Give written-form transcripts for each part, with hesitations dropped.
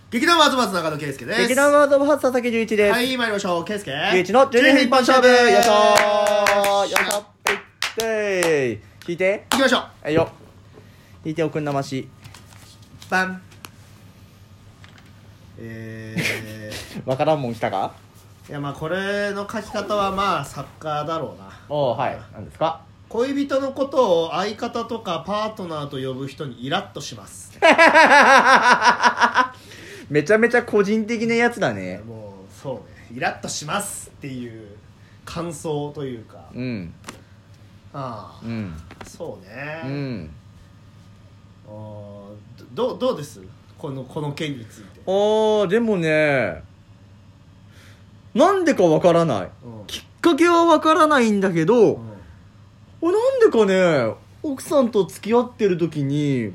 劇団ワーズバーズ中野圭介です。 劇団ワードオブハーツ佐々木隆一です。 はい、参りましょう。圭介隆一の12分一本勝負。よいしょー。よいしょ。はい。引いて。 行きましょう。 はいよ。引いておくんなまし。 バン。 わからんもん来たか。 いや、まあこれの書き方はまあ作家だろうな。 おー、はい。何ですか。 恋人のことを相方とかパートナーと呼ぶ人にイラッとします。 めちゃめちゃ個人的なやつだね。 もうそうね、イラッとしますっていう感想というか、 うん。 ああ、 うん。 そうね。 うん。 あどうですこの件について。 でもね、なんでかわからない、 うん、 きっかけはわからないんだけど、なんでかね、奥さんと付き合ってる時に、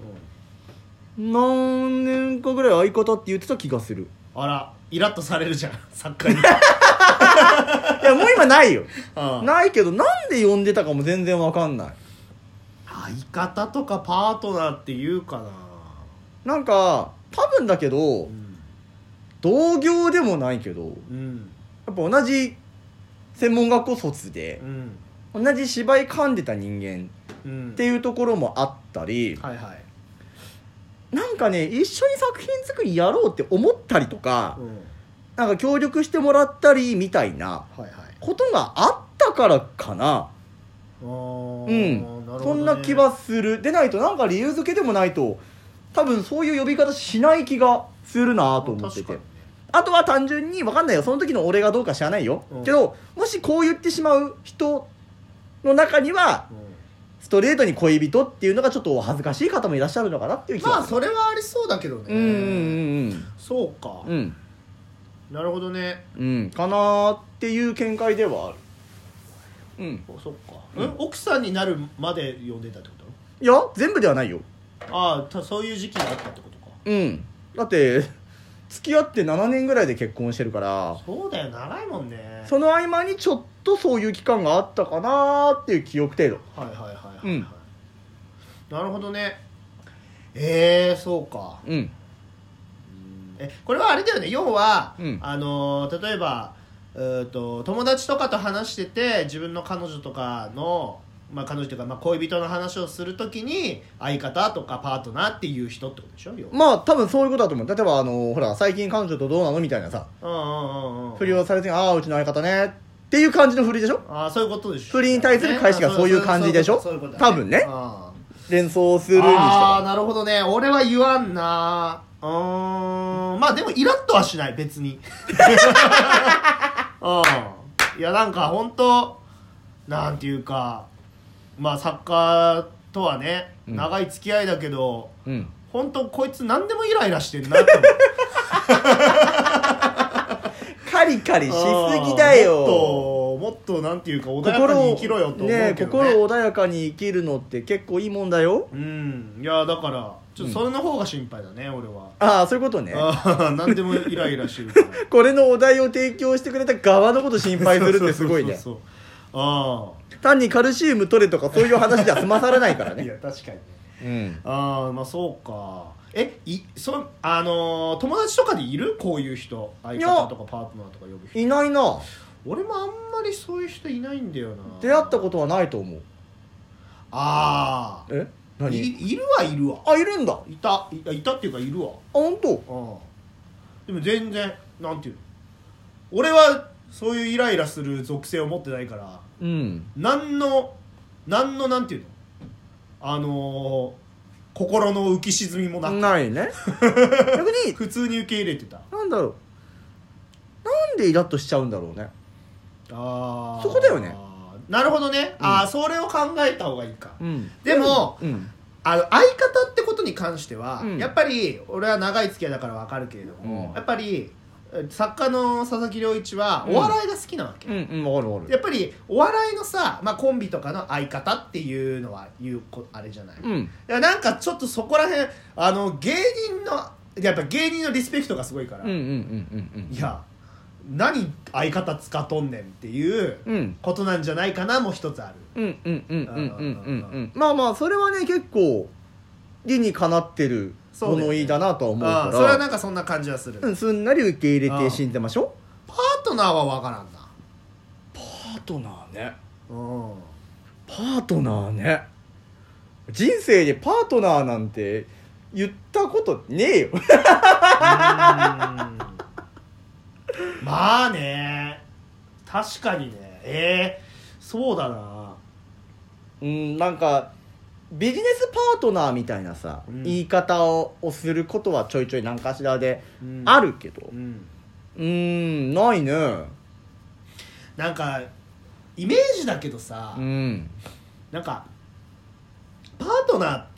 何年かぐらい相方って言ってた気がする。 あら、イラッとされるじゃん、作家に。 いや、もう今ないよ。 ああ、 ないけど、なんで呼んでたかも全然わかんない。 相方とかパートナーって言うかな。 なんか、多分だけど、同業でもないけど、 うん、 やっぱ同じ専門学校卒で、 うん、 同じ芝居噛んでた人間うん、 っていうところもあったり、 はいはい、 なんかね、一緒に作品作りやろうって思ったりとか、 うん、 なんか協力してもらったりみたいなはいはい、 ことがあったからかな。 うん、 うんなるほどね、 そんな気はする。でないとなんか理由付けでもないと多分そういう呼び方しない気がするなと思ってて、あとは単純に分かんないよ、その時の俺がどうか知らないよ、けどもしこう言ってしまう人の中には、ストレートに恋人っていうのがちょっと恥ずかしい方もいらっしゃるのかなっていう気がする。 まあそれはありそうだけどね。そうか、なるほどね、 かなーっていう見解ではある。 そっか、奥さんになるまで呼んでたってこと？ いや全部ではないよ。 そういう時期があったってことか。 だって付き合って7年ぐらいで結婚してるから。 そうだよ、長いもんね。 その合間にちょっとそういう期間があったかなーっていう記憶程度。 はいはいはいはい、なるほどね。そうか。これはあれだよね、要は、例えば友達とかと話してて、自分の彼女とかの、彼女というか、恋人の話をするときに相方とかパートナーっていう人ってことでしょ。 まあ多分そういうことだと思う。例えばほら最近彼女とどうなのみたいなさ、振りをされて、うちの相方ねっていう感じの振りでしょ。 そういうことでしょ。 振りに対する返しがそういう感じでしょ。多分ね、連想するにしては。 なるほどね。俺は言わんな。まあでもイラッとはしない、別に。いや、なんか本当なんていうか、作家とはね、長い付き合いだけど、本当こいつ何でもイライラしてんなって思う。 カリカリしすぎだよ。 もっとなんていうか穏やかに生きろよと思うけどね。 心穏やかに生きるのって結構いいもんだよ。 いやだからちょっとそれの方が心配だね、俺は。 そういうことね。 何でもイライラしてるからこれのお題を提供してくれた側のこと心配するってすごいね。単にカルシウム取れとかそういう話では済まされないからね。 いや確かにね。そうか。友達とかでいる？こういう人、相方とかパートナーとか呼ぶ人。 いないな。 俺もあんまりそういう人いないんだよな。 出会ったことはないと思う。何？ いるはいるわ。 いるんだ。 いたっていうかいるわ。 本当？ でも全然なんていうの、俺はそういうイライラする属性を持ってないから、なんのなんていうの、心の浮き沈みもないね。逆に普通に受け入れてた。 なんだろう、なんでイラッとしちゃうんだろうね。そこだよね。 なるほどね。それを考えた方がいいか。でも、相方ってことに関しては、やっぱり俺は長い付き合いだから分かるけれども、やっぱり作家の佐々木良一はお笑いが好きなわけ。 分かる分かる。 やっぱりお笑いのさ、コンビとかの相方っていうのはあれじゃない。いやなんかちょっとそこら辺やっぱ芸人のリスペクトがすごいから、いや何相方つかとんねんっていうことなんじゃないかなも一つある。 まあそれはね結構理にかなってる物言いだなとは思うから、 それはなんかそんな感じはする、 すんなり受け入れて信じてましょ。 パートナーは分からんな。 パートナーね。 うんパートナーね。人生でパートナーなんて言ったことねえよ。 まあね、確かにね。そうだな。 なんかビジネスパートナーみたいなさ、言い方をすることはちょいちょい何かしらであるけど、ないね。 なんかイメージだけどさ、なんかパートナーって、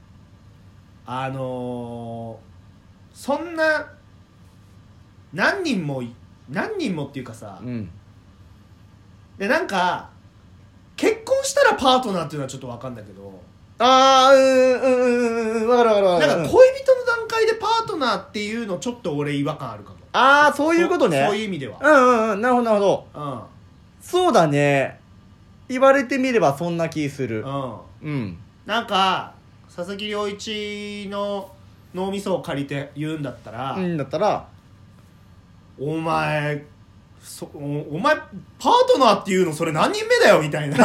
そんな何人もっていうかさ、でなんか結婚したらパートナーっていうのはちょっと分かんだけど、 分かるなんか恋人の段階でパートナーっていうのちょっと俺違和感あるかも。 そういうことね。 そういう意味ではなるほどなるほど、そうだね。言われてみればそんな気する。 なんか佐々木良一の脳みそを借りて言うんだったら、お前パートナーっていうのそれ何人目だよみたいな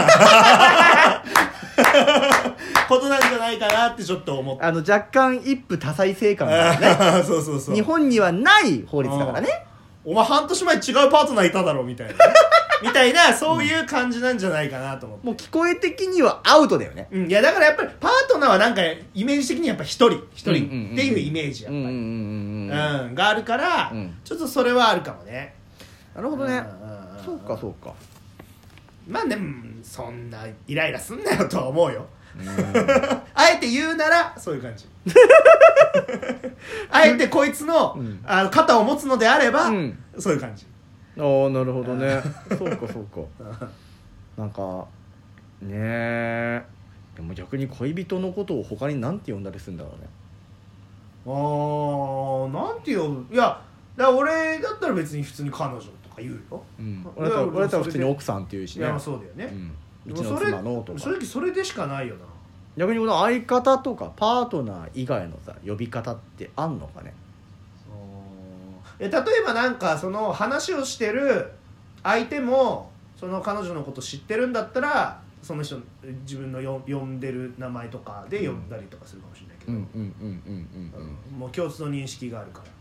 ことなんじゃないかなってちょっと思って、 若干一夫多妻制感がねそう日本にはない法律だからね。 お前半年前違うパートナーいただろみたいなみたいな、そういう感じなんじゃないかなと思って。 もう聞こえ的にはアウトだよね。 いやだからやっぱりパートナーはなんかイメージ的にやっぱ一人っていうイメージやっぱりがあるから、ちょっとそれはあるかもね。 なるほどね。そうかそうか。 まあでもそんなイライラすんなよとは思うよ。あえて言うならそういう感じ。あえてこいつの、肩を持つのであれば、そういう感じ。 なるほどね。そうかそうか。なんかねえ、でも逆に恋人のことを他に何て呼んだりするんだろうね。 なんて呼ぶ。いやだから俺だったら別に普通に彼女とか言うよ。 俺だったら普通に奥さんって言うしね。 いやそうだよね。 うちの妻のとか。 正直それでしかないよな。 逆にこの相方とかパートナー以外のさ呼び方ってあんのかね。 例えばなんかその話をしてる相手もその彼女のこと知ってるんだったら、その人自分の呼んでる名前とかで呼んだりとかするかもしれないけど、もう共通の認識があるから。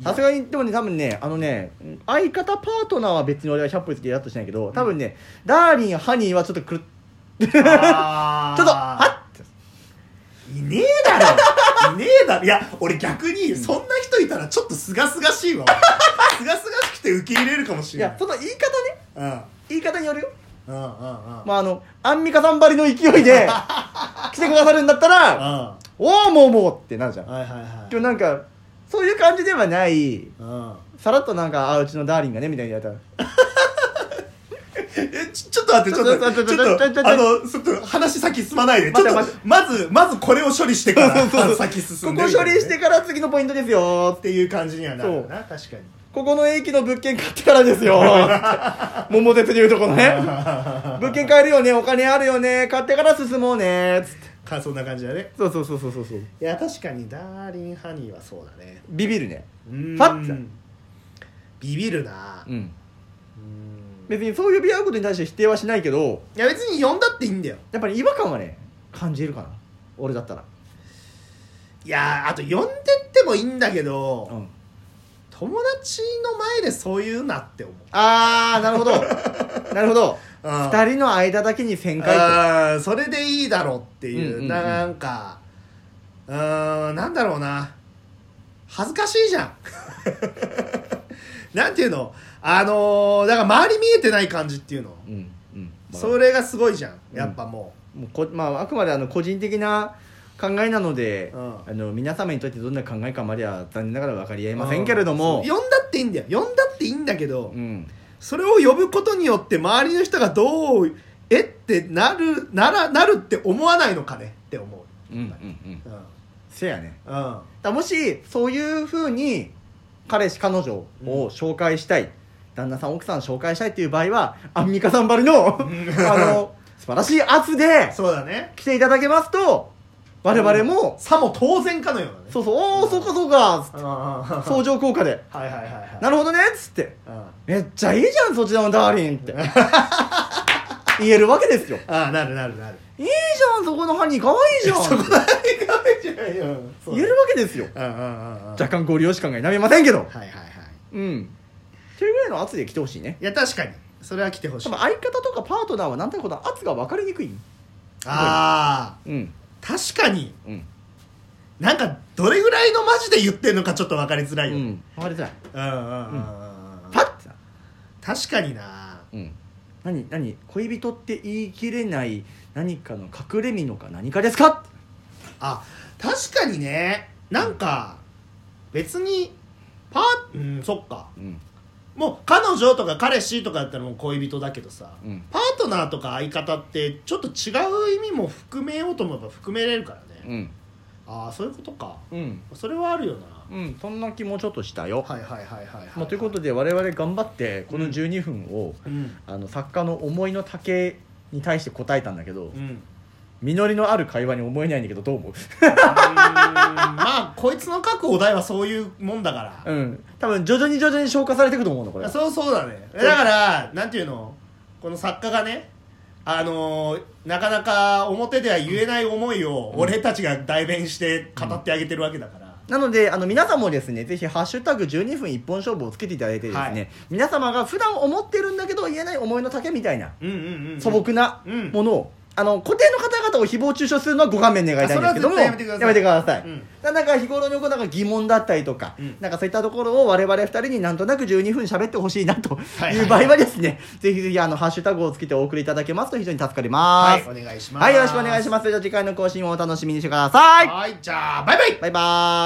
さすがにでもね、多分ね相方パートナーは別に俺は100歩つけやっとしないけど、多分ね、ダーリンハニーはちょっとちょっとはっいねえだろいや俺逆にそんな人いたらちょっとすがすがしいわ。すがすがしくて受け入れるかもしれない。 いやその言い方ね、言い方によるよ。アンミカさんばりの勢いで来てくださるんだったらおおもうってなるじゃん。今日なんかそういう感じではない、さらっとなんかうちのダーリンがねみたいにやったらちょっと待ってちょっと話先進まないで。ちょっとまずこれを処理してから先進んで、 ここ処理してから次のポイントですよっていう感じにはなるな。確かにここの駅の物件買ってからですよ桃鉄でいうとこのね物件買えるよね、お金あるよね、買ってから進もうねつってそんな感じだね。 そういや確かにダーリンハニーはそうだね。 ビビるね。ファッビビるな。 別にそう呼び合うことに対して否定はしないけど、 いや別に呼んだっていいんだよ。 やっぱり違和感はね感じるかな、俺だったら。 いやあと呼んでってもいいんだけど、友達の前でそういうなって思う。 なるほどなるほど。2人の間だけに旋回それでいいだろうっていう、なんかなんだろうな、恥ずかしいじゃんなんていうの、だから周り見えてない感じっていうの、それがすごいじゃんやっぱ。もうあくまで個人的な考えなので、皆様にとってどんな考えかまでは残念ながら分かり合えませんけれども、 呼んだっていいんだよ。呼んだっていいんだけど、それを呼ぶことによって周りの人がどうってなるって思わないのかねって思う。 せやね。もしそういう風に彼氏彼女を紹介したい、旦那さん奥さん紹介したいっていう場合はアンミカさんばりの素晴らしい圧でそうだね来ていただけますと我々もさも当然かのようなね。 そうそう、おおそうかそうかっつって相乗効果ではいはいはいはい。 なるほどねっつってうんめっちゃいいじゃんそちらのダーリンって言えるわけですよ。 ああ、なるなるなる。 いいじゃんそこのハニーかわいいじゃんそこだけダメじゃんよ。 言えるわけですよ。 うんうんうんうん。 若干ご利用し感が否めませんけど、 はいはいはい。 うんっていうぐらいの圧で来てほしいね。 いや確かにそれは来てほしい。 多分相方とかパートナーはなんとなく圧が分かりにくい。 ああ、 うん確かにうんなんかどれぐらいのマジで言ってんのかちょっと分かりづらいよ。 分かりづらい。 うんうんうんうん。 パッてさ確かにな。 何恋人って言い切れない何かの隠れ身のか何かですか。 あ、確かにね。なんか別にそっか。もう彼女とか彼氏とかだったらもう恋人だけどさ、パートナーとか相方ってちょっと違う意味も含めようと思えば含めれるからね。ああそういうことか。それはあるよな。 そんな気もちょっとしたよ。 はいはいはいはい、 ということで我々頑張ってこの12分を、作家の思いの丈に対して答えたんだけど、実りのある会話に思えないんだけどどう思う？ まあこいつの書くお題はそういうもんだから、 多分徐々に消化されていくと思うのこれ。 そうだね。だからなんていうの、この作家がねなかなか表では言えない思いを俺たちが代弁して語ってあげてるわけだから、 なので皆さんもですねぜひハッシュタグ12分一本勝負をつけていただいてですね、皆様が普段思ってるんだけど言えない思いの丈みたいな素朴なものを固定の方々を誹謗中傷するのはご勘弁願いたいんですけども、やめてください。なんか日頃のなんか疑問だったりとか、なんかそういったところを我々2人になんとなく12分喋ってほしいなという場合はですね、ぜひぜひハッシュタグをつけてお送りいただけますと非常に助かります。 はい、お願いします。 はい、よろしくお願いします。じゃあ次回の更新をお楽しみにしてください。 はい、じゃあバイバイ。 バイバーイ。